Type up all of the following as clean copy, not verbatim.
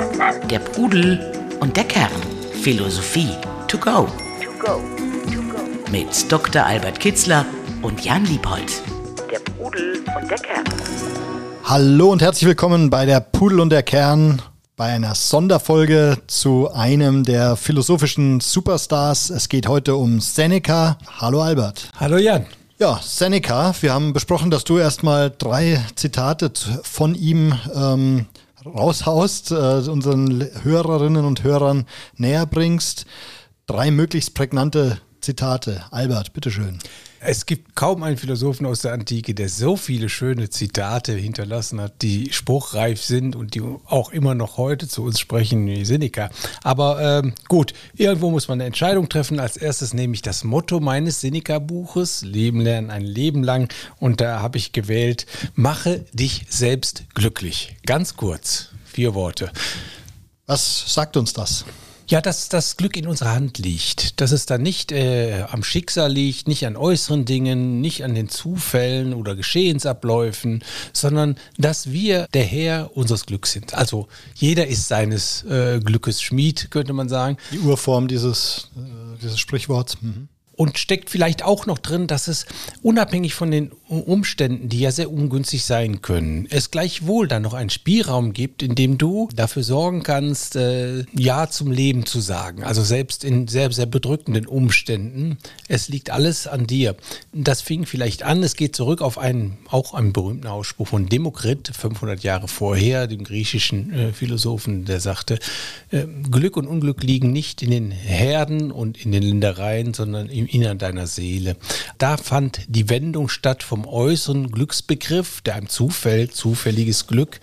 Der Pudel und der Kern. Philosophie to go. Mit Dr. Albert Kitzler und Jan Liebold. Der Pudel und der Kern. Hallo und herzlich willkommen bei der Pudel und der Kern, bei einer Sonderfolge zu einem der philosophischen Superstars. Es geht heute um Seneca. Hallo Albert. Hallo Jan. Ja, Seneca. Wir haben besprochen, dass du erstmal 3 Zitate von ihm raushaust, unseren Hörerinnen und Hörern näher bringst. 3 möglichst prägnante Zitate. Albert, bitteschön. Es gibt kaum einen Philosophen aus der Antike, der so viele schöne Zitate hinterlassen hat, die spruchreif sind und die auch immer noch heute zu uns sprechen wie Seneca. Aber gut, irgendwo muss man eine Entscheidung treffen. Als erstes nehme ich das Motto meines Seneca-Buches, Leben lernen ein Leben lang. Und da habe ich gewählt, mache dich selbst glücklich. Ganz kurz, 4 Worte. Was sagt uns das? Ja, dass das Glück in unserer Hand liegt, dass es da nicht am Schicksal liegt, nicht an äußeren Dingen, nicht an den Zufällen oder Geschehensabläufen, sondern dass wir der Herr unseres Glücks sind. Also jeder ist seines Glückes Schmied, könnte man sagen. Die Urform dieses Sprichworts. Und steckt vielleicht auch noch drin, dass es unabhängig von den Umständen, die ja sehr ungünstig sein können, es gleichwohl dann noch einen Spielraum gibt, in dem du dafür sorgen kannst, Ja zum Leben zu sagen. Also selbst in sehr, sehr bedrückenden Umständen. Es liegt alles an dir. Das fing vielleicht an, es geht zurück auf einen berühmten Ausspruch von Demokrit, 500 Jahre vorher, dem griechischen Philosophen, der sagte, Glück und Unglück liegen nicht in den Herden und in den Ländereien, sondern im Innern deiner Seele. Da fand die Wendung statt vom äußeren Glücksbegriff, der einem zufällt, zufälliges Glück,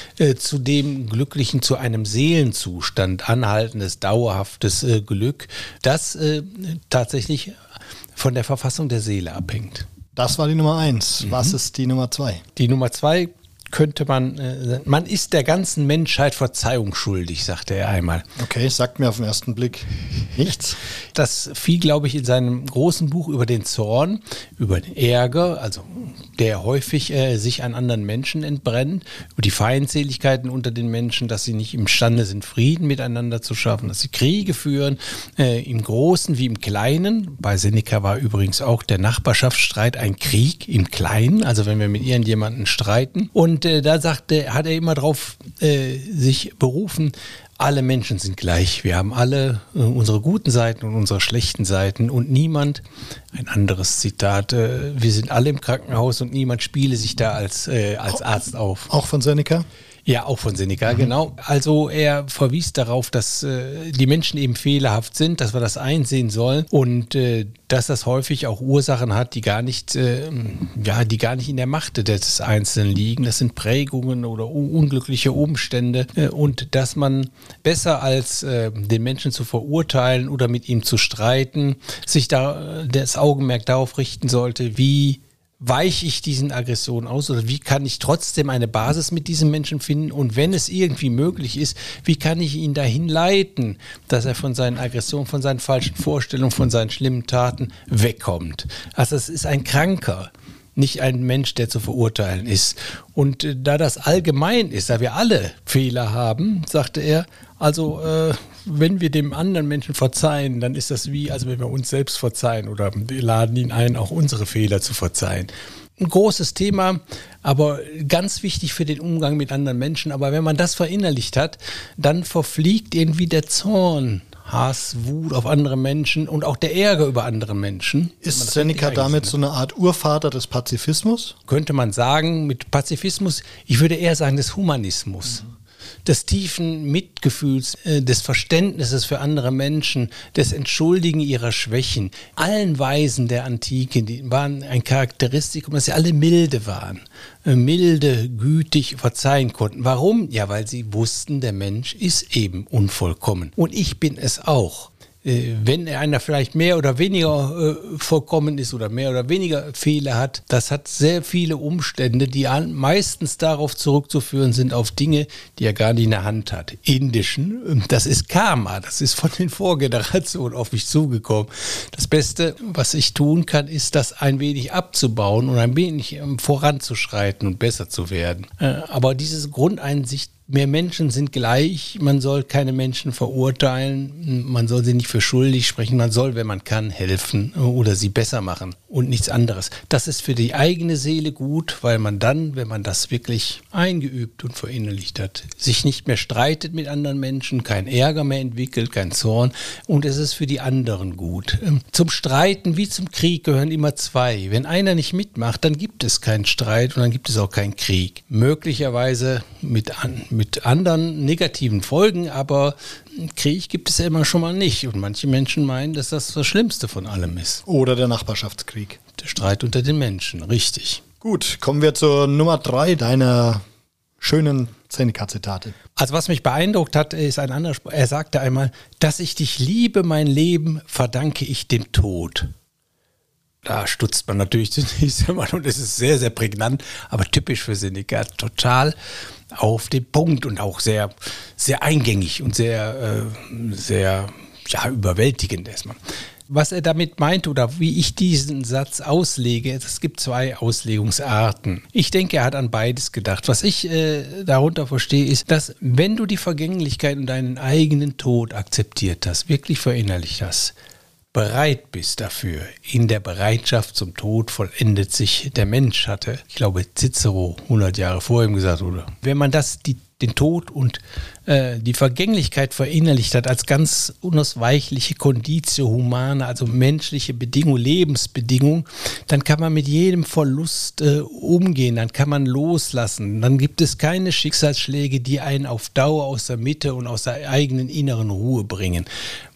zu dem Glücklichen, zu einem Seelenzustand, anhaltendes, dauerhaftes Glück, das tatsächlich von der Verfassung der Seele abhängt. Das war die Nummer 1. Was ist die Nummer 2? Die Nummer 2 könnte man ist der ganzen Menschheit Verzeihung schuldig, sagte er einmal. Okay, sagt mir auf den ersten Blick nichts. Das fiel, glaube ich, in seinem großen Buch über den Zorn, über den Ärger, also der häufig sich an anderen Menschen entbrennt, über die Feindseligkeiten unter den Menschen, dass sie nicht imstande sind, Frieden miteinander zu schaffen, dass sie Kriege führen, im Großen wie im Kleinen. Bei Seneca war übrigens auch der Nachbarschaftsstreit ein Krieg im Kleinen, also wenn wir mit irgendjemandem streiten. Und da hat er immer darauf sich berufen, alle Menschen sind gleich. Wir haben alle unsere guten Seiten und unsere schlechten Seiten und niemand, ein anderes Zitat, wir sind alle im Krankenhaus und niemand spiele sich da als Arzt auf. Auch von Seneca? Ja, auch von Seneca, genau. Also er verwies darauf, dass die Menschen eben fehlerhaft sind, dass wir das einsehen sollen und dass das häufig auch Ursachen hat, die gar nicht in der Macht des Einzelnen liegen. Das sind Prägungen oder unglückliche Umstände und dass man besser als den Menschen zu verurteilen oder mit ihm zu streiten, sich da das Augenmerk darauf richten sollte, wie weiche ich diesen Aggressionen aus oder wie kann ich trotzdem eine Basis mit diesem Menschen finden und wenn es irgendwie möglich ist, wie kann ich ihn dahin leiten, dass er von seinen Aggressionen, von seinen falschen Vorstellungen, von seinen schlimmen Taten wegkommt. Also es ist ein Kranker, nicht ein Mensch, der zu verurteilen ist. Und da das allgemein ist, da wir alle Fehler haben, sagte er, also wenn wir dem anderen Menschen verzeihen, dann ist das wie, als wenn wir uns selbst verzeihen oder wir laden ihn ein, auch unsere Fehler zu verzeihen. Ein großes Thema, aber ganz wichtig für den Umgang mit anderen Menschen. Aber wenn man das verinnerlicht hat, dann verfliegt irgendwie der Zorn, Hass, Wut auf andere Menschen und auch der Ärger über andere Menschen. Ist Seneca damit so eine Art Urvater des Pazifismus? Könnte man sagen, mit Pazifismus, ich würde eher sagen des Humanismus. Des tiefen Mitgefühls, des Verständnisses für andere Menschen, des Entschuldigen ihrer Schwächen. Allen Weisen der Antike, die waren ein Charakteristikum, dass sie alle milde waren. Milde, gütig, verzeihen konnten. Warum? Ja, weil sie wussten, der Mensch ist eben unvollkommen. Und ich bin es auch. Wenn einer vielleicht mehr oder weniger vollkommen ist oder mehr oder weniger Fehler hat, das hat sehr viele Umstände, die meistens darauf zurückzuführen sind, auf Dinge, die er gar nicht in der Hand hat. Das ist Karma, das ist von den Vorgenerationen auf mich zugekommen. Das Beste, was ich tun kann, ist, das ein wenig abzubauen und ein wenig voranzuschreiten und besser zu werden. Aber diese Grundeinsicht, Wir Menschen sind gleich, man soll keine Menschen verurteilen, man soll sie nicht für schuldig sprechen, man soll, wenn man kann, helfen oder sie besser machen und nichts anderes. Das ist für die eigene Seele gut, weil man dann, wenn man das wirklich eingeübt und verinnerlicht hat, sich nicht mehr streitet mit anderen Menschen, keinen Ärger mehr entwickelt, keinen Zorn, und es ist für die anderen gut. Zum Streiten wie zum Krieg gehören immer zwei. Wenn einer nicht mitmacht, dann gibt es keinen Streit und dann gibt es auch keinen Krieg. Möglicherweise mit anderen negativen Folgen, aber Krieg gibt es ja immer schon mal nicht. Und manche Menschen meinen, dass das das Schlimmste von allem ist. Oder der Nachbarschaftskrieg. Der Streit unter den Menschen, richtig. Gut, kommen wir zur Nummer 3 deiner schönen Seneca-Zitate. Also was mich beeindruckt hat, ist ein anderer Spruch. Er sagte einmal, dass ich dich liebe, mein Leben, verdanke ich dem Tod. Da stutzt man natürlich zunächst einmal und es ist sehr, sehr prägnant, aber typisch für Seneca, total auf den Punkt und auch sehr, sehr eingängig und sehr überwältigend erstmal. Was er damit meint oder wie ich diesen Satz auslege, es gibt zwei Auslegungsarten. Ich denke, er hat an beides gedacht. Was ich darunter verstehe, ist, dass wenn du die Vergänglichkeit und deinen eigenen Tod akzeptiert hast, wirklich verinnerlicht hast, bereit bist dafür, in der Bereitschaft zum Tod vollendet sich der Mensch, hatte, ich glaube, Cicero 100 Jahre vor ihm gesagt, oder? Wenn man den Tod und die Vergänglichkeit verinnerlicht hat als ganz unausweichliche Conditio humana, also menschliche Bedingung, Lebensbedingung, dann kann man mit jedem Verlust umgehen, dann kann man loslassen, dann gibt es keine Schicksalsschläge, die einen auf Dauer aus der Mitte und aus der eigenen inneren Ruhe bringen.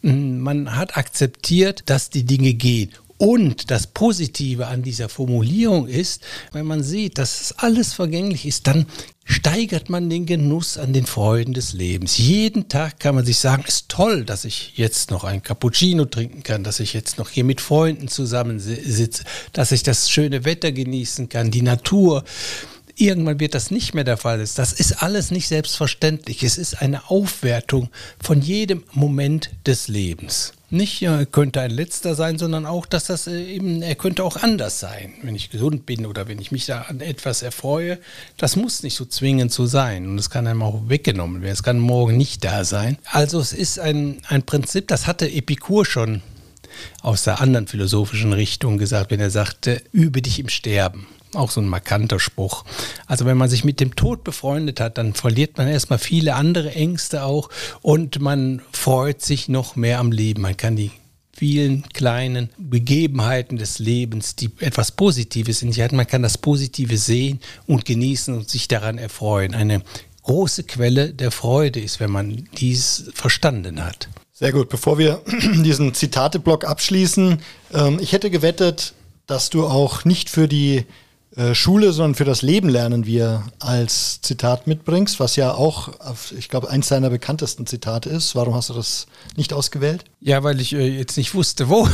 Man hat akzeptiert, dass die Dinge gehen. Und das Positive an dieser Formulierung ist, wenn man sieht, dass alles vergänglich ist, dann steigert man den Genuss an den Freuden des Lebens. Jeden Tag kann man sich sagen, ist toll, dass ich jetzt noch ein Cappuccino trinken kann, dass ich jetzt noch hier mit Freunden zusammensitze, dass ich das schöne Wetter genießen kann, die Natur. Irgendwann wird das nicht mehr der Fall sein. Das ist alles nicht selbstverständlich. Es ist eine Aufwertung von jedem Moment des Lebens. Nicht, er könnte ein letzter sein, sondern auch, dass das eben, er könnte auch anders sein, wenn ich gesund bin oder wenn ich mich da an etwas erfreue. Das muss nicht so zwingend so sein und es kann einem auch weggenommen werden. Es kann morgen nicht da sein. Also es ist ein Prinzip, das hatte Epikur schon aus der anderen philosophischen Richtung gesagt, wenn er sagte, übe dich im Sterben. Auch so ein markanter Spruch. Also wenn man sich mit dem Tod befreundet hat, dann verliert man erstmal viele andere Ängste auch und man freut sich noch mehr am Leben. Man kann die vielen kleinen Begebenheiten des Lebens, die etwas Positives in sich hatten, man kann das Positive sehen und genießen und sich daran erfreuen. Eine große Quelle der Freude ist, wenn man dies verstanden hat. Sehr gut. Bevor wir diesen Zitate-Block abschließen, ich hätte gewettet, dass du auch nicht für die Schule, sondern für das Leben lernen wir als Zitat mitbringst, was ja auch, ich glaube, eins deiner bekanntesten Zitate ist. Warum hast du das nicht ausgewählt? Ja, weil ich jetzt nicht wusste, wo.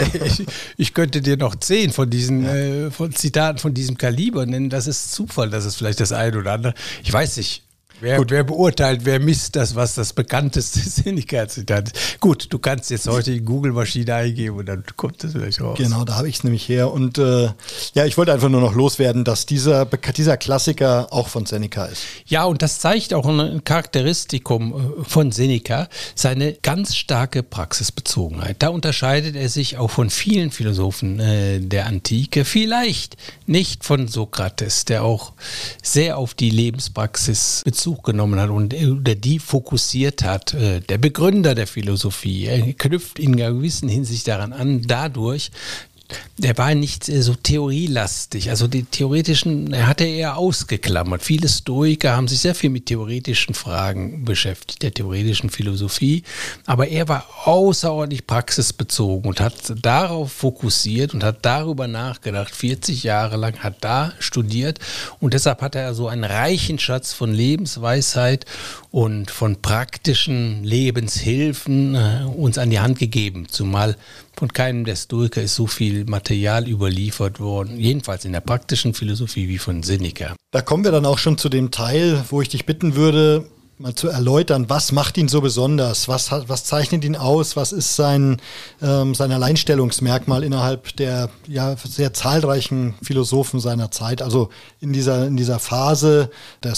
Ich könnte dir noch 10 von diesen von Zitaten von diesem Kaliber nennen. Das ist Zufall, das ist vielleicht das eine oder andere. Ich weiß nicht. Wer beurteilt, wer misst das, was das bekannteste Seneca-Zitat ist? Gut, du kannst jetzt heute die Google-Maschine eingeben und dann kommt das vielleicht raus. Genau, da habe ich es nämlich her. Und ich wollte einfach nur noch loswerden, dass dieser Klassiker auch von Seneca ist. Ja, und das zeigt auch ein Charakteristikum von Seneca, seine ganz starke Praxisbezogenheit. Da unterscheidet er sich auch von vielen Philosophen der Antike, vielleicht nicht von Sokrates, der auch sehr auf die Lebenspraxis Bezug genommen hat und die fokussiert hat. Der Begründer der Philosophie, er knüpft in einer gewissen Hinsicht daran an, dadurch, der war nicht so theorielastig, also die theoretischen, er hatte eher ausgeklammert. Viele Stoiker haben sich sehr viel mit theoretischen Fragen beschäftigt, der theoretischen Philosophie, aber er war außerordentlich praxisbezogen und hat darauf fokussiert und hat darüber nachgedacht, 40 Jahre lang, hat da studiert und deshalb hat er so einen reichen Schatz von Lebensweisheit und von praktischen Lebenshilfen uns an die Hand gegeben, zumal von keinem der Stoiker ist so viel Material überliefert worden, jedenfalls in der praktischen Philosophie wie von Seneca. Da kommen wir dann auch schon zu dem Teil, wo ich dich bitten würde, mal zu erläutern, was macht ihn so besonders, was zeichnet ihn aus, was ist sein Alleinstellungsmerkmal innerhalb der sehr zahlreichen Philosophen seiner Zeit, also in dieser Phase der Stoa.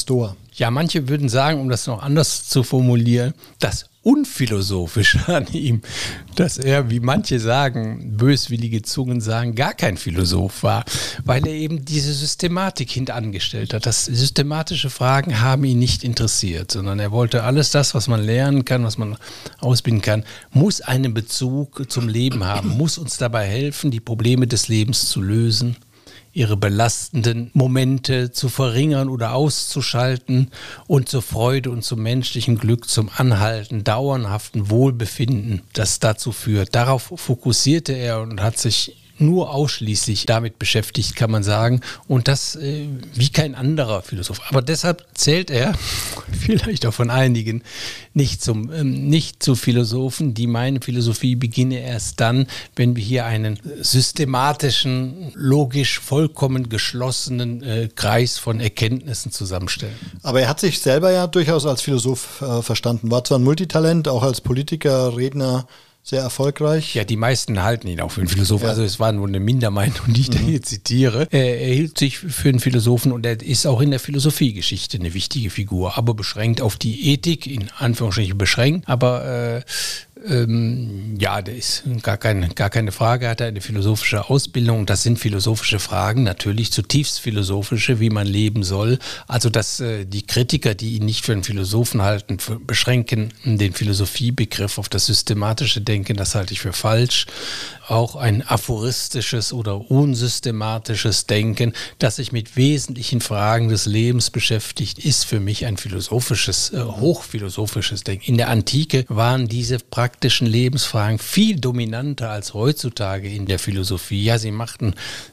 Ja, manche würden sagen, um das noch anders zu formulieren, das Unphilosophische an ihm, dass er, wie manche sagen, böswillige Zungen sagen, gar kein Philosoph war, weil er eben diese Systematik hintangestellt hat. Das systematische Fragen haben ihn nicht interessiert, sondern er wollte alles das, was man lernen kann, was man ausbilden kann, muss einen Bezug zum Leben haben, muss uns dabei helfen, die Probleme des Lebens zu lösen, ihre belastenden Momente zu verringern oder auszuschalten und zur Freude und zum menschlichen Glück, zum Anhalten, dauerhaften Wohlbefinden, das dazu führt. Darauf fokussierte er und hat sich nur ausschließlich damit beschäftigt, kann man sagen. Und das wie kein anderer Philosoph. Aber deshalb zählt er, vielleicht auch von einigen, nicht zu Philosophen, die meinen, Philosophie beginne erst dann, wenn wir hier einen systematischen, logisch vollkommen geschlossenen Kreis von Erkenntnissen zusammenstellen. Aber er hat sich selber ja durchaus als Philosoph verstanden. War zwar ein Multitalent, auch als Politiker, Redner, sehr erfolgreich. Ja, die meisten halten ihn auch für einen Philosophen. Ja. Also es war nur eine Mindermeinung, die ich da hier zitiere. Er hielt sich für einen Philosophen und er ist auch in der Philosophiegeschichte eine wichtige Figur, aber beschränkt auf die Ethik, in Anführungsstrichen beschränkt, aber ja, der ist gar keine Frage, er hat eine philosophische Ausbildung und das sind philosophische Fragen, natürlich zutiefst philosophische, wie man leben soll. Also dass die Kritiker, die ihn nicht für einen Philosophen halten, beschränken den Philosophiebegriff auf das systematische Denken, das halte ich für falsch. Auch ein aphoristisches oder unsystematisches Denken, das sich mit wesentlichen Fragen des Lebens beschäftigt, ist für mich ein philosophisches, hochphilosophisches Denken. In der Antike waren diese praktischen Lebensfragen viel dominanter als heutzutage in der Philosophie. Ja, sie machten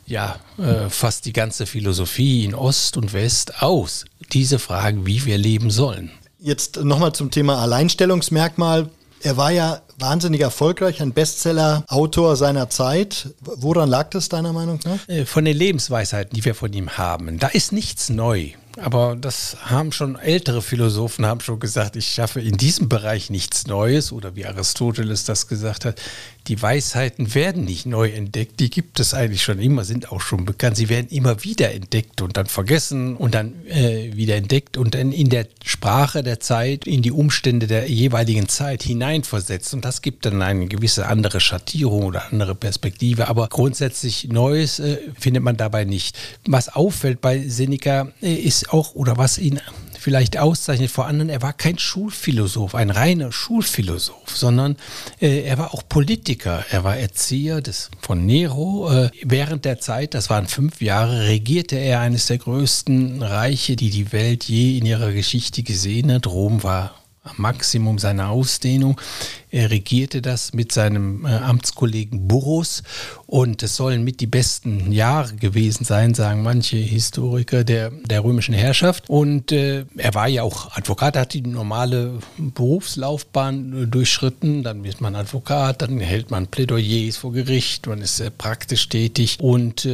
fast die ganze Philosophie in Ost und West aus. Diese Fragen, wie wir leben sollen. Jetzt nochmal zum Thema Alleinstellungsmerkmal. Er war ja wahnsinnig erfolgreich, ein Bestseller-Autor seiner Zeit. Woran lag das deiner Meinung nach? Von den Lebensweisheiten, die wir von ihm haben. Da ist nichts neu. Aber das haben schon ältere Philosophen schon gesagt, ich schaffe in diesem Bereich nichts Neues. Oder wie Aristoteles das gesagt hat, die Weisheiten werden nicht neu entdeckt, die gibt es eigentlich schon immer, sind auch schon bekannt. Sie werden immer wieder entdeckt und dann vergessen und dann wieder entdeckt und dann in der Sprache der Zeit, in die Umstände der jeweiligen Zeit hineinversetzt. Und das gibt dann eine gewisse andere Schattierung oder andere Perspektive. Aber grundsätzlich Neues findet man dabei nicht. Was auffällt bei Seneca ist auch, oder was ihn vielleicht auszeichnet vor anderen, er war kein Schulphilosoph, ein reiner Schulphilosoph, sondern er war auch Politiker, er war Erzieher von Nero. Während der Zeit, das waren 5 Jahre, regierte er eines der größten Reiche, die die Welt je in ihrer Geschichte gesehen hat. Rom war am Maximum seiner Ausdehnung. Er regierte das mit seinem Amtskollegen Burrus und es sollen mit die besten Jahre gewesen sein, sagen manche Historiker der römischen Herrschaft. Und er war ja auch Advokat, hat die normale Berufslaufbahn durchschritten. Dann wird man Advokat, dann hält man Plädoyers vor Gericht, man ist sehr praktisch tätig und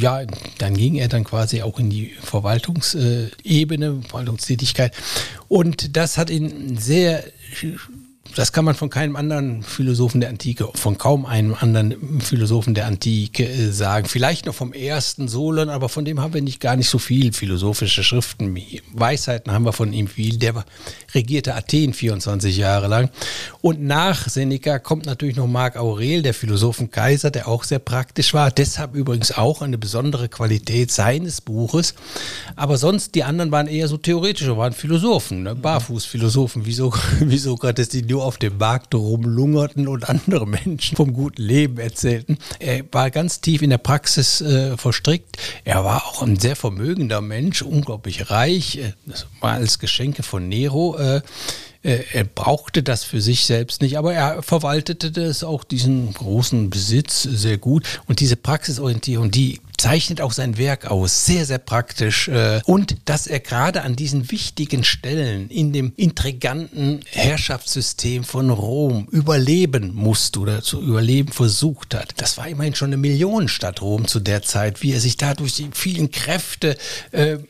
dann ging er dann quasi auch in die Verwaltungstätigkeit. Und das hat ihn das kann man von keinem anderen Philosophen der Antike, von kaum einem anderen Philosophen der Antike sagen. Vielleicht noch vom ersten Solon, aber von dem haben wir gar nicht so viel philosophische Schriften. Weisheiten haben wir von ihm viel. Der regierte Athen 24 Jahre lang. Und nach Seneca kommt natürlich noch Marc Aurel, der Philosophenkaiser, der auch sehr praktisch war. Deshalb übrigens auch eine besondere Qualität seines Buches. Aber sonst, die anderen waren eher so theoretische, waren Philosophen, ne? Barfußphilosophen, wie Sokrates, die nur auf dem Markt rumlungerten und andere Menschen vom guten Leben erzählten. Er war ganz tief in der Praxis verstrickt. Er war auch ein sehr vermögender Mensch, unglaublich reich. Das war alles Geschenke von Nero. Er brauchte das für sich selbst nicht, aber er verwaltete das auch, diesen großen Besitz, sehr gut. Und diese Praxisorientierung, die zeichnet auch sein Werk aus, sehr, sehr praktisch. Und dass er gerade an diesen wichtigen Stellen in dem intriganten Herrschaftssystem von Rom überleben musste oder zu überleben versucht hat. Das war immerhin schon eine Millionenstadt Rom zu der Zeit, wie er sich da durch die vielen Kräfte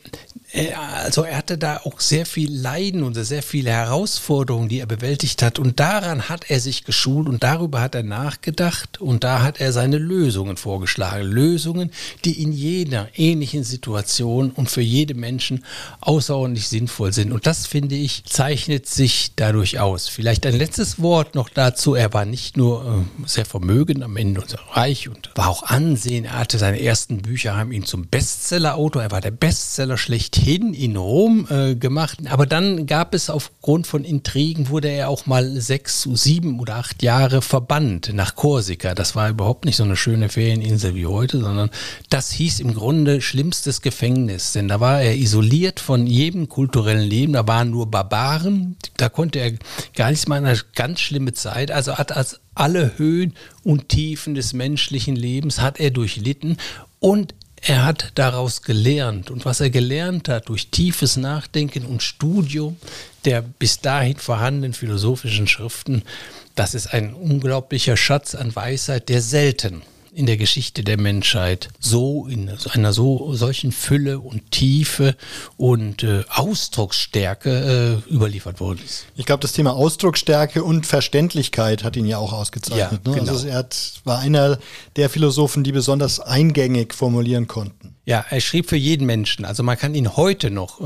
Also er hatte da auch sehr viel Leiden und sehr viele Herausforderungen, die er bewältigt hat. Und daran hat er sich geschult und darüber hat er nachgedacht und da hat er seine Lösungen vorgeschlagen. Lösungen, die in jeder ähnlichen Situation und für jeden Menschen außerordentlich sinnvoll sind. Und das, finde ich, zeichnet sich dadurch aus. Vielleicht ein letztes Wort noch dazu. Er war nicht nur sehr vermögend am Ende und sehr reich und war auch Ansehen. Er hatte seine ersten Bücher, haben ihn zum Bestsellerautor. Er war der Bestseller schlechthin in Rom gemacht. Aber dann gab es aufgrund von Intrigen, wurde er auch mal 6, 7 oder 8 Jahre verbannt nach Korsika. Das war überhaupt nicht so eine schöne Ferieninsel wie heute, sondern das hieß im Grunde schlimmstes Gefängnis. Denn da war er isoliert von jedem kulturellen Leben. Da waren nur Barbaren. Da konnte er gar nichts machen. Eine ganz schlimme Zeit. Also hat als alle Höhen und Tiefen des menschlichen Lebens hat er durchlitten und er hat daraus gelernt. Und was er gelernt hat durch tiefes Nachdenken und Studium der bis dahin vorhandenen philosophischen Schriften, das ist ein unglaublicher Schatz an Weisheit, der selten in der Geschichte der Menschheit so in einer solchen Fülle und Tiefe und Ausdrucksstärke überliefert worden ist. Ich glaube, das Thema Ausdrucksstärke und Verständlichkeit hat ihn ja auch ausgezeichnet. Ja, ne? genau. Also war einer der Philosophen, die besonders eingängig formulieren konnten. Ja, er schrieb für jeden Menschen. Also man kann ihn heute noch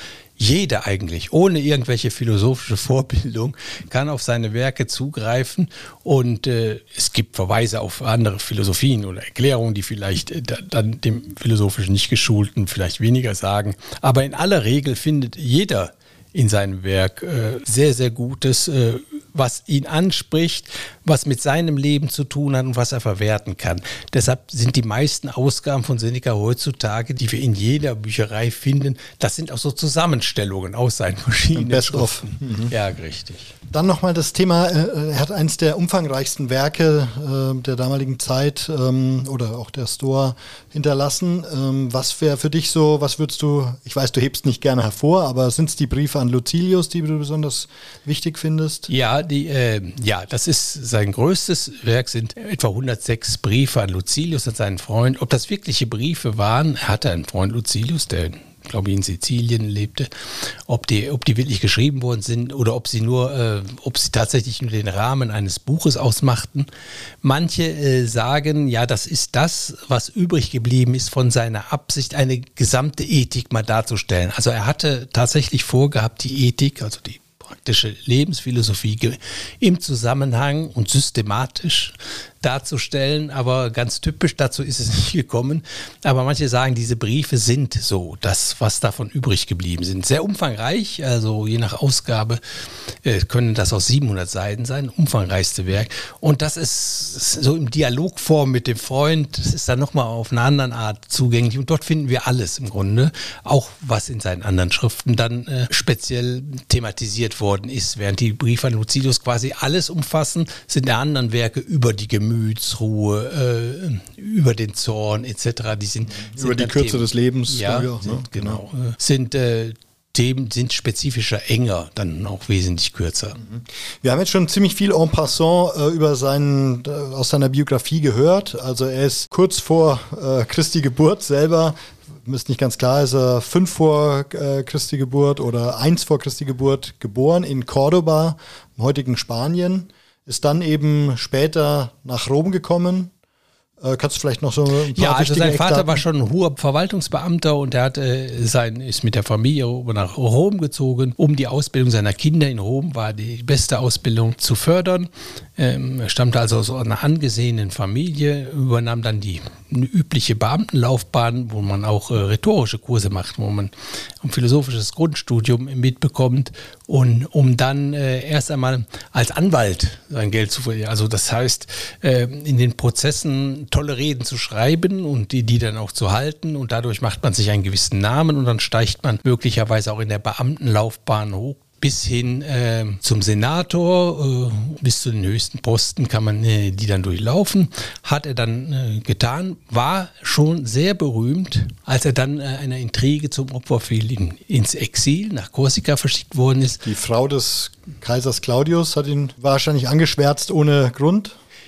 jeder eigentlich, ohne irgendwelche philosophische Vorbildung, kann auf seine Werke zugreifen und es gibt Verweise auf andere Philosophien oder Erklärungen, die vielleicht dann dem philosophisch nicht Geschulten vielleicht weniger sagen. Aber in aller Regel findet jeder in seinem Werk sehr, sehr Gutes, was ihn anspricht, was mit seinem Leben zu tun hat und was er verwerten kann. Deshalb sind die meisten Ausgaben von Seneca heutzutage, die wir in jeder Bücherei finden, das sind auch so Zusammenstellungen aus seinen verschiedenen Best-of. Schriften. Ja, richtig. Dann nochmal das Thema, er hat eines der umfangreichsten Werke der damaligen Zeit oder auch der Stoa hinterlassen. Was wäre für dich so, was würdest du, ich weiß, du hebst nicht gerne hervor, aber sind es die Briefe an Lucilius, die du besonders wichtig findest? Ja, das ist sein größtes Werk, sind etwa 106 Briefe an Lucilius, an seinen Freund. Ob das wirkliche Briefe waren, er hatte einen Freund Lucilius, der, glaube ich, in Sizilien lebte, ob die wirklich geschrieben worden sind oder ob sie tatsächlich nur den Rahmen eines Buches ausmachten. Manche sagen, ja, das ist das, was übrig geblieben ist von seiner Absicht, eine gesamte Ethik mal darzustellen. Also er hatte tatsächlich vorgehabt, die Ethik, also die praktische Lebensphilosophie im Zusammenhang und systematisch darzustellen, aber ganz typisch dazu ist es nicht gekommen. Aber manche sagen, diese Briefe sind so, das, was davon übrig geblieben sind. Sehr umfangreich, also je nach Ausgabe können das auch 700 Seiten sein, umfangreichste Werk. Und das ist so im Dialogform mit dem Freund, das ist dann nochmal auf eine andere Art zugänglich. Und dort finden wir alles im Grunde, auch was in seinen anderen Schriften dann speziell thematisiert worden ist. Während die Briefe an Lucilius quasi alles umfassen, sind der anderen Werke über die Gemütsruhe, über den Zorn etc. Die sind über die Kürze des Lebens. Ja, genau. Themen sind spezifischer, enger, dann auch wesentlich kürzer. Wir haben jetzt schon ziemlich viel en passant aus seiner Biografie gehört. Also er ist kurz vor Christi Geburt selber, ist nicht ganz klar, ist er 5 vor Christi Geburt oder 1 vor Christi Geburt geboren in Cordoba, im heutigen Spanien. Ist dann eben später nach Rom gekommen. Kannst du vielleicht noch so ein paar also sein Vater Eckdaten? war schon ein hoher Verwaltungsbeamter und er ist mit der Familie nach Rom gezogen, um die Ausbildung seiner Kinder in Rom, war die beste Ausbildung, zu fördern. Er stammte also aus einer angesehenen Familie, übernahm dann eine übliche Beamtenlaufbahn, wo man auch rhetorische Kurse macht, wo man ein philosophisches Grundstudium mitbekommt und um dann erst einmal als Anwalt sein Geld zu verdienen. Also das heißt, in den Prozessen tolle Reden zu schreiben und die dann auch zu halten und dadurch macht man sich einen gewissen Namen und dann steigt man möglicherweise auch in der Beamtenlaufbahn hoch. Bis hin zum Senator, bis zu den höchsten Posten kann man die dann durchlaufen. Hat er dann getan, war schon sehr berühmt, als er dann einer Intrige zum Opfer fiel, ins Exil nach Korsika verschickt worden ist. Die Frau des Kaisers Claudius hat ihn wahrscheinlich angeschwärzt ohne Grund.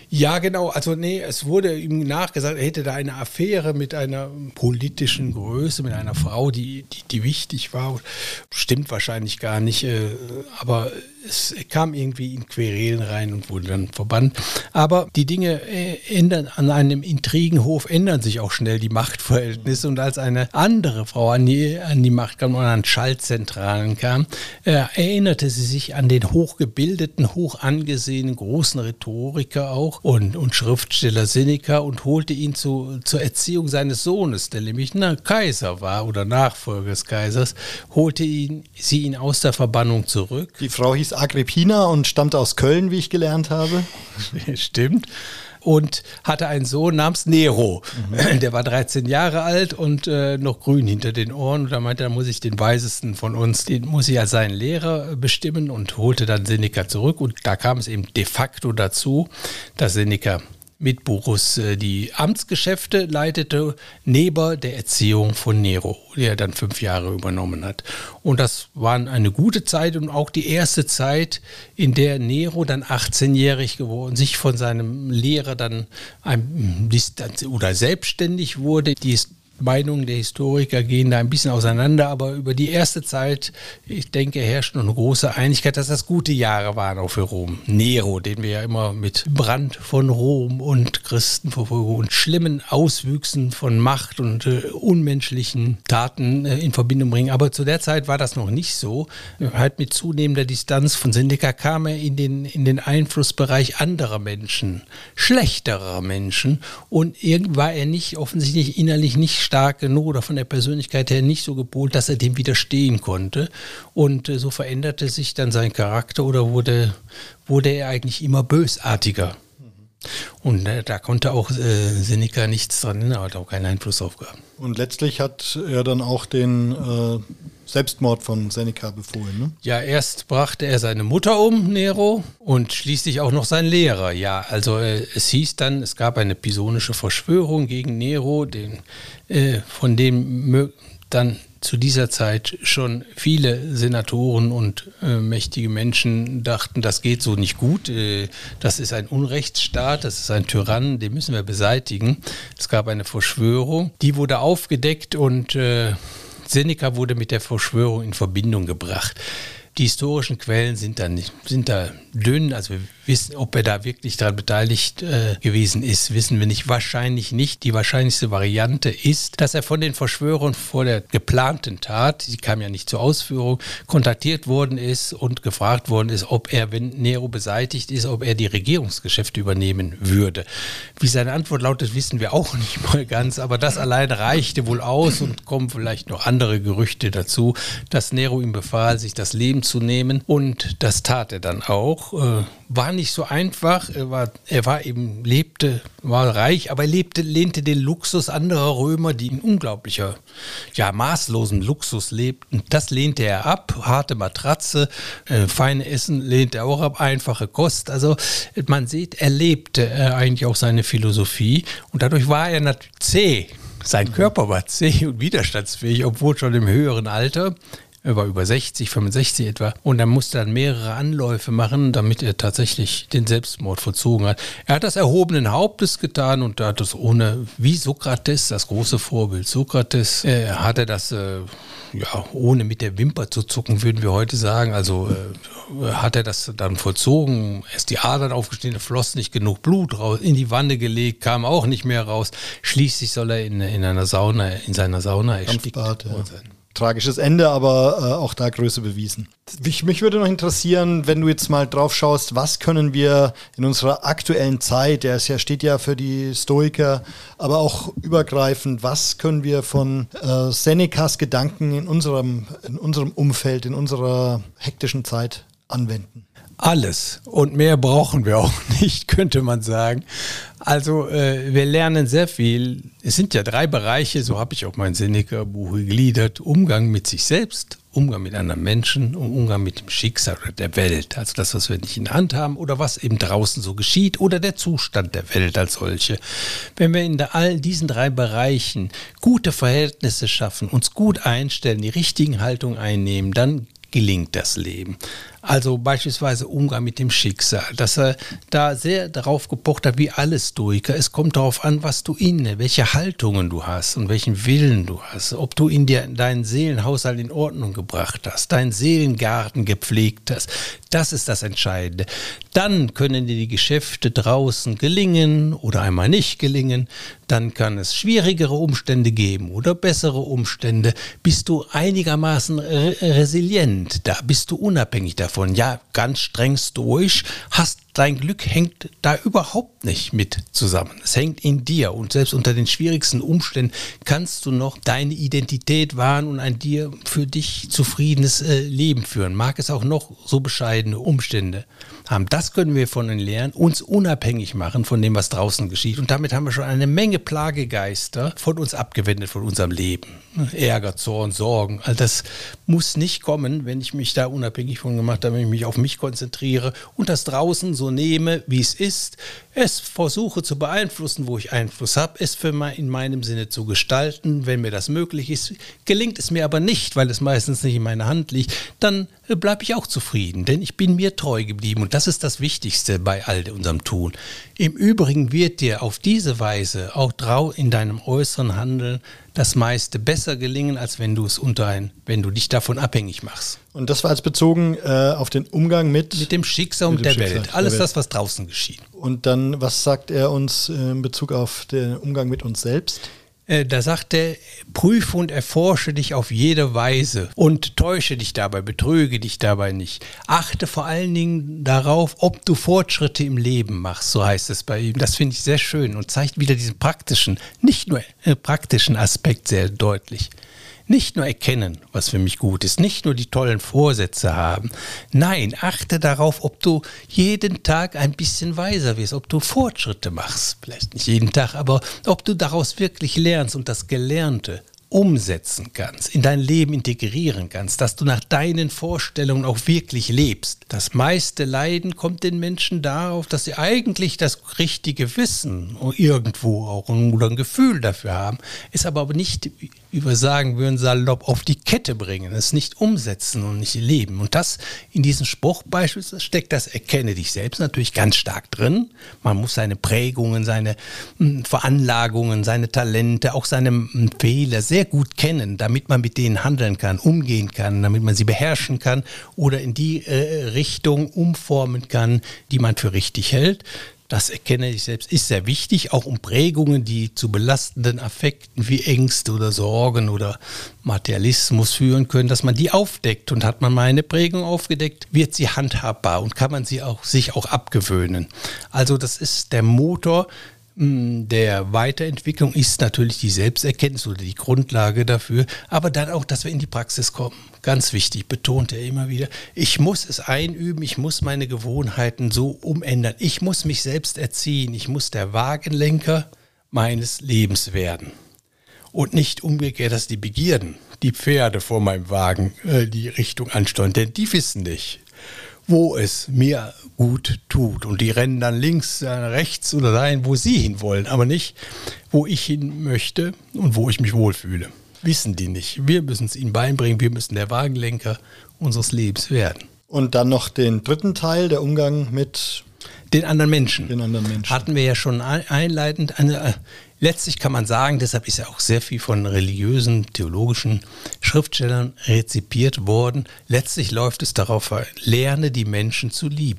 Ja, genau. Also es wurde ihm nachgesagt, er hätte da eine Affäre mit einer politischen Größe, mit einer Frau, die wichtig war. Stimmt wahrscheinlich gar nicht, aber es kam irgendwie in Querelen rein und wurde dann verbannt. Aber die Dinge an einem Intrigenhof ändern sich auch schnell, die Machtverhältnisse. Und als eine andere Frau an die Macht kam und an Schaltzentralen kam, erinnerte sie sich an den hochgebildeten, hoch angesehenen, großen Rhetoriker auch und Schriftsteller Seneca und holte ihn zur Erziehung seines Sohnes, der nämlich Kaiser war oder Nachfolger des Kaisers, holte sie ihn aus der Verbannung zurück. Die Frau hieß Agrippina und stammte aus Köln, wie ich gelernt habe. Stimmt. Und hatte einen Sohn namens Nero. Der war 13 Jahre alt und noch grün hinter den Ohren. Und da meinte er, muss ich den Weisesten von uns, den muss ich als seinen Lehrer bestimmen und holte dann Seneca zurück. Und da kam es eben de facto dazu, dass Seneca mit Burrus die Amtsgeschäfte leitete, neben der Erziehung von Nero, die er dann 5 Jahre übernommen hat. Und das war eine gute Zeit und auch die erste Zeit, in der Nero dann 18-jährig geworden, sich von seinem Lehrer dann selbstständig wurde. Die Meinungen der Historiker gehen da ein bisschen auseinander, aber über die erste Zeit, ich denke, herrscht noch eine große Einigkeit, dass das gute Jahre waren auch für Rom. Nero, den wir ja immer mit Brand von Rom und Christenverfolgung und schlimmen Auswüchsen von Macht und unmenschlichen Taten in Verbindung bringen. Aber zu der Zeit war das noch nicht so. Halt mit zunehmender Distanz von Seneca kam er in den Einflussbereich anderer Menschen, schlechterer Menschen, und irgendwie war er offensichtlich innerlich nicht stark genug oder von der Persönlichkeit her nicht so gepolt, dass er dem widerstehen konnte. Und so veränderte sich dann sein Charakter oder wurde er eigentlich immer bösartiger. Und da konnte auch Seneca nichts dran ändern, hat auch keinen Einfluss drauf gehabt. Und letztlich hat er dann auch den Selbstmord von Seneca befohlen, ne? Ja, erst brachte er seine Mutter um, Nero, und schließlich auch noch seinen Lehrer. Ja, also es hieß dann, es gab eine pisonische Verschwörung gegen Nero, von dem dann zu dieser Zeit schon viele Senatoren und mächtige Menschen dachten, das geht so nicht gut, das ist ein Unrechtsstaat, das ist ein Tyrann, den müssen wir beseitigen. Es gab eine Verschwörung, die wurde aufgedeckt und Seneca wurde mit der Verschwörung in Verbindung gebracht. Die historischen Quellen sind da dünn, also wir wissen, ob er da wirklich daran beteiligt gewesen ist, wissen wir nicht. Wahrscheinlich nicht. Die wahrscheinlichste Variante ist, dass er von den Verschwörern vor der geplanten Tat, sie kam ja nicht zur Ausführung, kontaktiert worden ist und gefragt worden ist, ob er, wenn Nero beseitigt ist, ob er die Regierungsgeschäfte übernehmen würde. Wie seine Antwort lautet, wissen wir auch nicht mal ganz, aber das allein reichte wohl aus und kommen vielleicht noch andere Gerüchte dazu, dass Nero ihm befahl, sich das Leben zu nehmen, und das tat er dann auch. War nicht so einfach, war reich, aber er lehnte den Luxus anderer Römer, die in unglaublicher, maßlosem Luxus lebten. Das lehnte er ab, harte Matratze, feine Essen lehnte er auch ab, einfache Kost. Also man sieht, er lebte eigentlich auch seine Philosophie, und dadurch war er natürlich zäh. Sein Körper war zäh und widerstandsfähig, obwohl schon im höheren Alter. Er war über 60, 65 etwa. Und er musste dann mehrere Anläufe machen, damit er tatsächlich den Selbstmord vollzogen hat. Er hat das erhobenen Hauptes getan und hat das wie Sokrates, das große Vorbild. Sokrates hat er das, ohne mit der Wimper zu zucken, würden wir heute sagen. Also hat er das dann vollzogen. Erst die Adern aufgestiegen, floss nicht genug Blut raus, in die Wanne gelegt, kam auch nicht mehr raus. Schließlich soll er in seiner Sauna erstickt worden sein. Tragisches Ende, aber auch da Größe bewiesen. Mich würde noch interessieren, wenn du jetzt mal drauf schaust, was können wir in unserer aktuellen Zeit, steht ja für die Stoiker, aber auch übergreifend, was können wir von Senecas Gedanken in unserem Umfeld, in unserer hektischen Zeit anwenden? Alles und mehr brauchen wir auch nicht, könnte man sagen. Also wir lernen sehr viel. Es sind ja 3 Bereiche, so habe ich auch mein Seneca-Buch gegliedert. Umgang mit sich selbst, Umgang mit anderen Menschen und Umgang mit dem Schicksal oder der Welt. Also das, was wir nicht in der Hand haben oder was eben draußen so geschieht oder der Zustand der Welt als solche. Wenn wir in all diesen 3 Bereichen gute Verhältnisse schaffen, uns gut einstellen, die richtigen Haltungen einnehmen, dann gelingt das Leben. Also beispielsweise Umgang mit dem Schicksal, dass er da sehr darauf gepocht hat, wie alle Stoiker. Es kommt darauf an, was du welche Haltungen du hast und welchen Willen du hast. Ob du in dir deinen Seelenhaushalt in Ordnung gebracht hast, deinen Seelengarten gepflegt hast. Das ist das Entscheidende. Dann können dir die Geschäfte draußen gelingen oder einmal nicht gelingen. Dann kann es schwierigere Umstände geben oder bessere Umstände. Bist du einigermaßen resilient, da bist du unabhängig davon. Ja, ganz streng stoisch, dein Glück hängt da überhaupt nicht mit zusammen. Es hängt in dir und selbst unter den schwierigsten Umständen kannst du noch deine Identität wahren und ein dir für dich zufriedenes Leben führen. Mag es auch noch so bescheidene Umstände haben. Das können wir von ihnen lernen, uns unabhängig machen von dem, was draußen geschieht. Und damit haben wir schon eine Menge Plagegeister von uns abgewendet, von unserem Leben. Ärger, Zorn, Sorgen, all das muss nicht kommen, wenn ich mich da unabhängig von gemacht habe, wenn ich mich auf mich konzentriere und das draußen so nehme, wie es ist, es versuche zu beeinflussen, wo ich Einfluss habe, es in meinem Sinne zu gestalten, wenn mir das möglich ist. Gelingt es mir aber nicht, weil es meistens nicht in meiner Hand liegt, dann bleibe ich auch zufrieden, denn ich bin mir treu geblieben und das ist das Wichtigste bei all unserem Tun. Im Übrigen wird dir auf diese Weise auch in deinem äußeren Handeln das meiste besser gelingen, als wenn du dich davon abhängig machst. Und das war jetzt bezogen auf den Umgang mit dem Schicksal und der Welt. Alles das, was draußen geschieht. Und dann, was sagt er uns in Bezug auf den Umgang mit uns selbst? Da sagt er, prüfe und erforsche dich auf jede Weise und täusche dich dabei, betrüge dich dabei nicht. Achte vor allen Dingen darauf, ob du Fortschritte im Leben machst, so heißt es bei ihm. Das finde ich sehr schön und zeigt wieder diesen praktischen, nicht nur praktischen Aspekt sehr deutlich. Nicht nur erkennen, was für mich gut ist, nicht nur die tollen Vorsätze haben. Nein, achte darauf, ob du jeden Tag ein bisschen weiser wirst, ob du Fortschritte machst. Vielleicht nicht jeden Tag, aber ob du daraus wirklich lernst und das Gelernte umsetzen kannst, in dein Leben integrieren kannst, dass du nach deinen Vorstellungen auch wirklich lebst. Das meiste Leiden kommt den Menschen darauf, dass sie eigentlich das richtige Wissen irgendwo auch oder ein Gefühl dafür haben, es aber nicht, wie wir sagen würden, salopp auf die Kette bringen, es nicht umsetzen und nicht leben. Und das in diesem Spruch beispielsweise steckt das Erkenne dich selbst natürlich ganz stark drin. Man muss seine Prägungen, seine Veranlagungen, seine Talente, auch seine Fehler sehr gut kennen, damit man mit denen handeln kann, umgehen kann, damit man sie beherrschen kann oder in die Richtung umformen kann, die man für richtig hält. Das Erkenne ich selbst ist sehr wichtig, auch um Prägungen, die zu belastenden Affekten wie Ängste oder Sorgen oder Materialismus führen können, dass man die aufdeckt. Und hat man mal eine Prägung aufgedeckt, wird sie handhabbar und kann man sie sich auch abgewöhnen. Also das ist der Motor der Weiterentwicklung, ist natürlich die Selbsterkenntnis oder die Grundlage dafür, aber dann auch, dass wir in die Praxis kommen. Ganz wichtig, betont er immer wieder, ich muss es einüben, ich muss meine Gewohnheiten so umändern, ich muss mich selbst erziehen, ich muss der Wagenlenker meines Lebens werden. Und nicht umgekehrt, dass die Begierden, die Pferde vor meinem Wagen die Richtung ansteuern, denn die wissen nicht, wo es mir gut tut. Und die rennen dann links, rechts oder dahin, wo sie hinwollen, aber nicht, wo ich hin möchte und wo ich mich wohlfühle. Wissen die nicht. Wir müssen es ihnen beibringen, wir müssen der Wagenlenker unseres Lebens werden. Und dann noch den dritten Teil, der Umgang mit den anderen Menschen. Hatten wir ja schon einleitend. Letztlich kann man sagen, deshalb ist ja auch sehr viel von religiösen, theologischen Schriftstellern rezipiert worden. Letztlich läuft es darauf, lerne die Menschen zu lieben.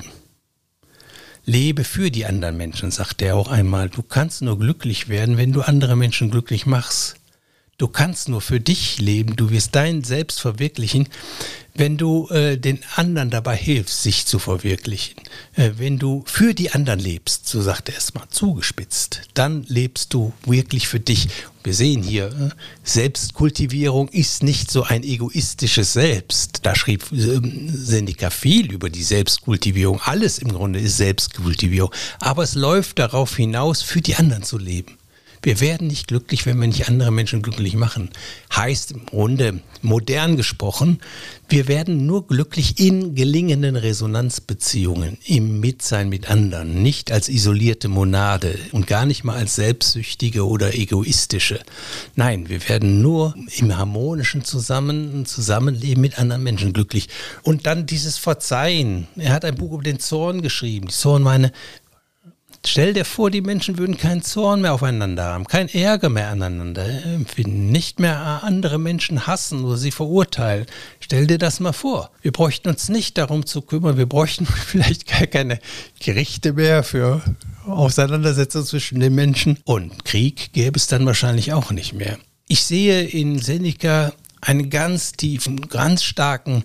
Lebe für die anderen Menschen, sagt er auch einmal. Du kannst nur glücklich werden, wenn du andere Menschen glücklich machst. Du kannst nur für dich leben, du wirst dein Selbst verwirklichen, wenn du den anderen dabei hilfst, sich zu verwirklichen. Wenn du für die anderen lebst, so sagt er erstmal zugespitzt, dann lebst du wirklich für dich. Wir sehen hier, Selbstkultivierung ist nicht so ein egoistisches Selbst. Da schrieb Seneca viel über die Selbstkultivierung. Alles im Grunde ist Selbstkultivierung. Aber es läuft darauf hinaus, für die anderen zu leben. Wir werden nicht glücklich, wenn wir nicht andere Menschen glücklich machen. Heißt im Grunde, modern gesprochen, wir werden nur glücklich in gelingenden Resonanzbeziehungen, im Mitsein mit anderen, nicht als isolierte Monade und gar nicht mal als selbstsüchtige oder egoistische. Nein, wir werden nur im harmonischen Zusammenleben mit anderen Menschen glücklich. Und dann dieses Verzeihen. Er hat ein Buch über den Zorn geschrieben. Die Zorn meine, stell dir vor, die Menschen würden keinen Zorn mehr aufeinander haben, keinen Ärger mehr aneinander empfinden, nicht mehr andere Menschen hassen oder sie verurteilen. Stell dir das mal vor. Wir bräuchten uns nicht darum zu kümmern, wir bräuchten vielleicht gar keine Gerichte mehr für Auseinandersetzungen zwischen den Menschen. Und Krieg gäbe es dann wahrscheinlich auch nicht mehr. Ich sehe in Seneca einen ganz tiefen, ganz starken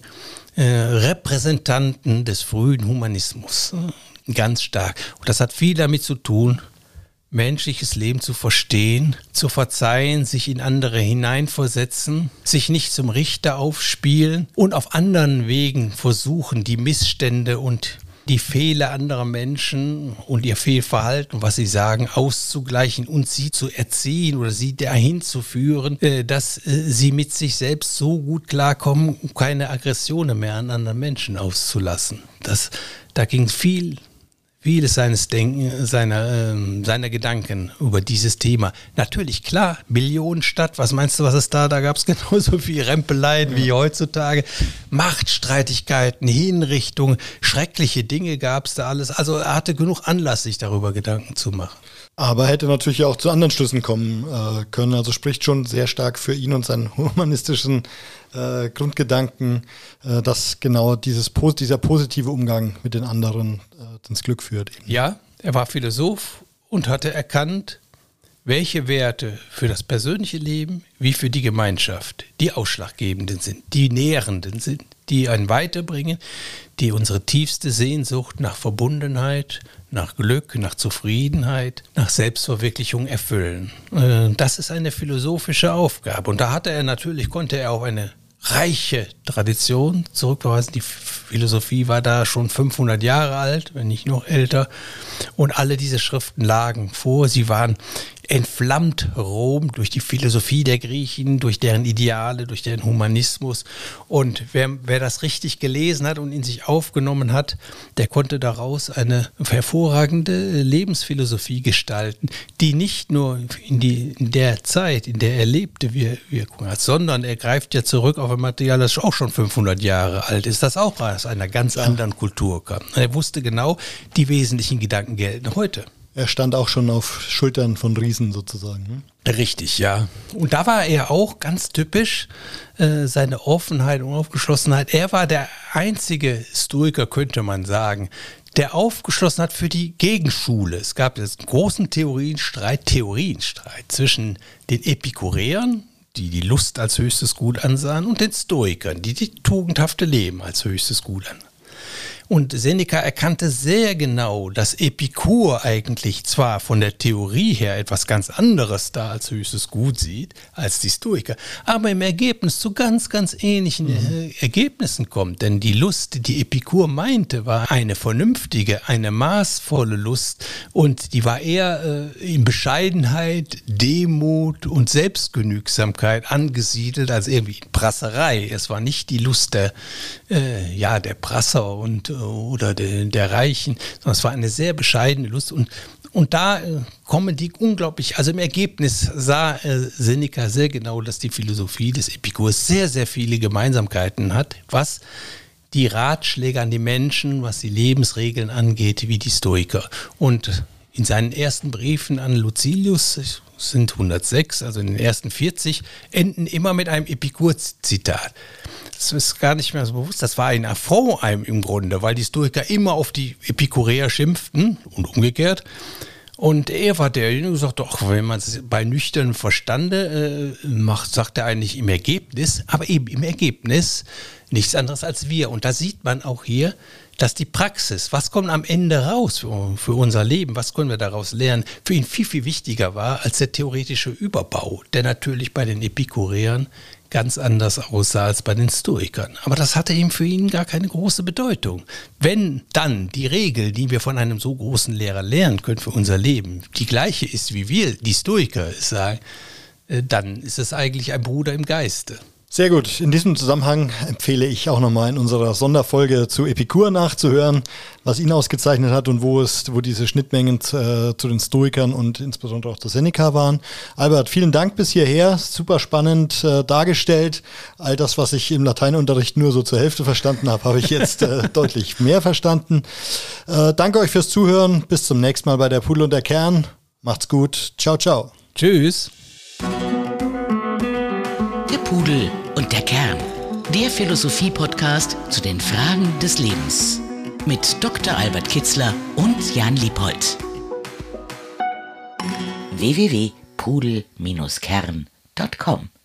Repräsentanten des frühen Humanismus. Ganz stark. Und das hat viel damit zu tun, menschliches Leben zu verstehen, zu verzeihen, sich in andere hineinversetzen, sich nicht zum Richter aufspielen und auf anderen Wegen versuchen, die Missstände und die Fehler anderer Menschen und ihr Fehlverhalten, was sie sagen, auszugleichen und sie zu erziehen oder sie dahin zu führen, dass sie mit sich selbst so gut klarkommen, um keine Aggressionen mehr an anderen Menschen auszulassen. Da ging vieles seines Denken, seiner Gedanken über dieses Thema. Natürlich, klar, Millionenstadt, was meinst du, was es da gab es genauso viel Rempeleien wie heutzutage. Machtstreitigkeiten, Hinrichtungen, schreckliche Dinge gab es da alles. Also er hatte genug Anlass, sich darüber Gedanken zu machen. Aber hätte natürlich auch zu anderen Schlüssen kommen können. Also spricht schon sehr stark für ihn und seinen humanistischen Grundgedanken, dass genau dieser positive Umgang mit den anderen ins Glück führt. Eben. Ja, er war Philosoph und hatte erkannt, welche Werte für das persönliche Leben wie für die Gemeinschaft die ausschlaggebenden sind, die nährenden sind, die einen weiterbringen, die unsere tiefste Sehnsucht nach Verbundenheit, nach Glück, nach Zufriedenheit, nach Selbstverwirklichung erfüllen. Das ist eine philosophische Aufgabe. Und da konnte er auf eine reiche Tradition zurückverweisen. Die Philosophie war da schon 500 Jahre alt, wenn nicht noch älter. Und alle diese Schriften lagen vor. Sie waren entflammt Rom durch die Philosophie der Griechen, durch deren Ideale, durch deren Humanismus. Und wer das richtig gelesen hat und in sich aufgenommen hat, der konnte daraus eine hervorragende Lebensphilosophie gestalten, die nicht nur in der Zeit, in der er lebte, Wirkung hat, sondern er greift ja zurück auf ein Material, das auch schon 500 Jahre alt ist, das auch aus einer ganz anderen Kultur kam. Er wusste genau, die wesentlichen Gedanken gelten heute. Er stand auch schon auf Schultern von Riesen sozusagen. Ne? Richtig, ja. Und da war er auch ganz typisch, seine Offenheit und Aufgeschlossenheit. Er war der einzige Stoiker, könnte man sagen, der aufgeschlossen hat für die Gegenschule. Es gab jetzt einen großen Theorienstreit zwischen den Epikureern, die Lust als höchstes Gut ansahen, und den Stoikern, die tugendhafte Leben als höchstes Gut ansahen. Und Seneca erkannte sehr genau, dass Epikur eigentlich zwar von der Theorie her etwas ganz anderes da als höchstes Gut sieht, als die Stoiker, aber im Ergebnis zu ganz, ganz ähnlichen Ergebnissen kommt. Denn die Lust, die Epikur meinte, war eine vernünftige, eine maßvolle Lust, und die war eher in Bescheidenheit, Demut und Selbstgenügsamkeit angesiedelt als irgendwie in Prasserei. Es war nicht die Lust der Prasser oder der Reichen, sondern es war eine sehr bescheidene Lust, und da kommen die unglaublich, also im Ergebnis sah Seneca sehr genau, dass die Philosophie des Epikurs sehr, sehr viele Gemeinsamkeiten hat, was die Ratschläge an die Menschen, was die Lebensregeln angeht, wie die Stoiker. Und in seinen ersten Briefen an Lucilius, es sind 106, also in den ersten 40, enden immer mit einem Epikur-Zitat. Das ist gar nicht mehr so bewusst. Das war ein Affront im Grunde, weil die Stoiker immer auf die Epikureer schimpften und umgekehrt. Und er war derjenige, der gesagt hat, doch, wenn man es bei nüchternem Verstande macht, sagt er eigentlich im Ergebnis, aber eben im Ergebnis nichts anderes als wir. Und da sieht man auch hier, dass die Praxis, was kommt am Ende raus für unser Leben, was können wir daraus lernen, für ihn viel, viel wichtiger war als der theoretische Überbau, der natürlich bei den Epikureern ganz anders aussah als bei den Stoikern. Aber das hatte eben für ihn gar keine große Bedeutung. Wenn dann die Regel, die wir von einem so großen Lehrer lernen können für unser Leben, die gleiche ist, wie wir, die Stoiker, sagen, dann ist es eigentlich ein Bruder im Geiste. Sehr gut. In diesem Zusammenhang empfehle ich auch nochmal in unserer Sonderfolge zu Epikur nachzuhören, was ihn ausgezeichnet hat und wo diese Schnittmengen zu den Stoikern und insbesondere auch zu Seneca waren. Albert, vielen Dank bis hierher. Super spannend dargestellt. All das, was ich im Lateinunterricht nur so zur Hälfte verstanden habe, habe ich jetzt deutlich mehr verstanden. Danke euch fürs Zuhören. Bis zum nächsten Mal bei der Pudel und der Kern. Macht's gut. Ciao, ciao. Tschüss. Der Pudel und der Kern. Der Philosophie-Podcast zu den Fragen des Lebens. Mit Dr. Albert Kitzler und Jan Liephold. www.pudel-kern.com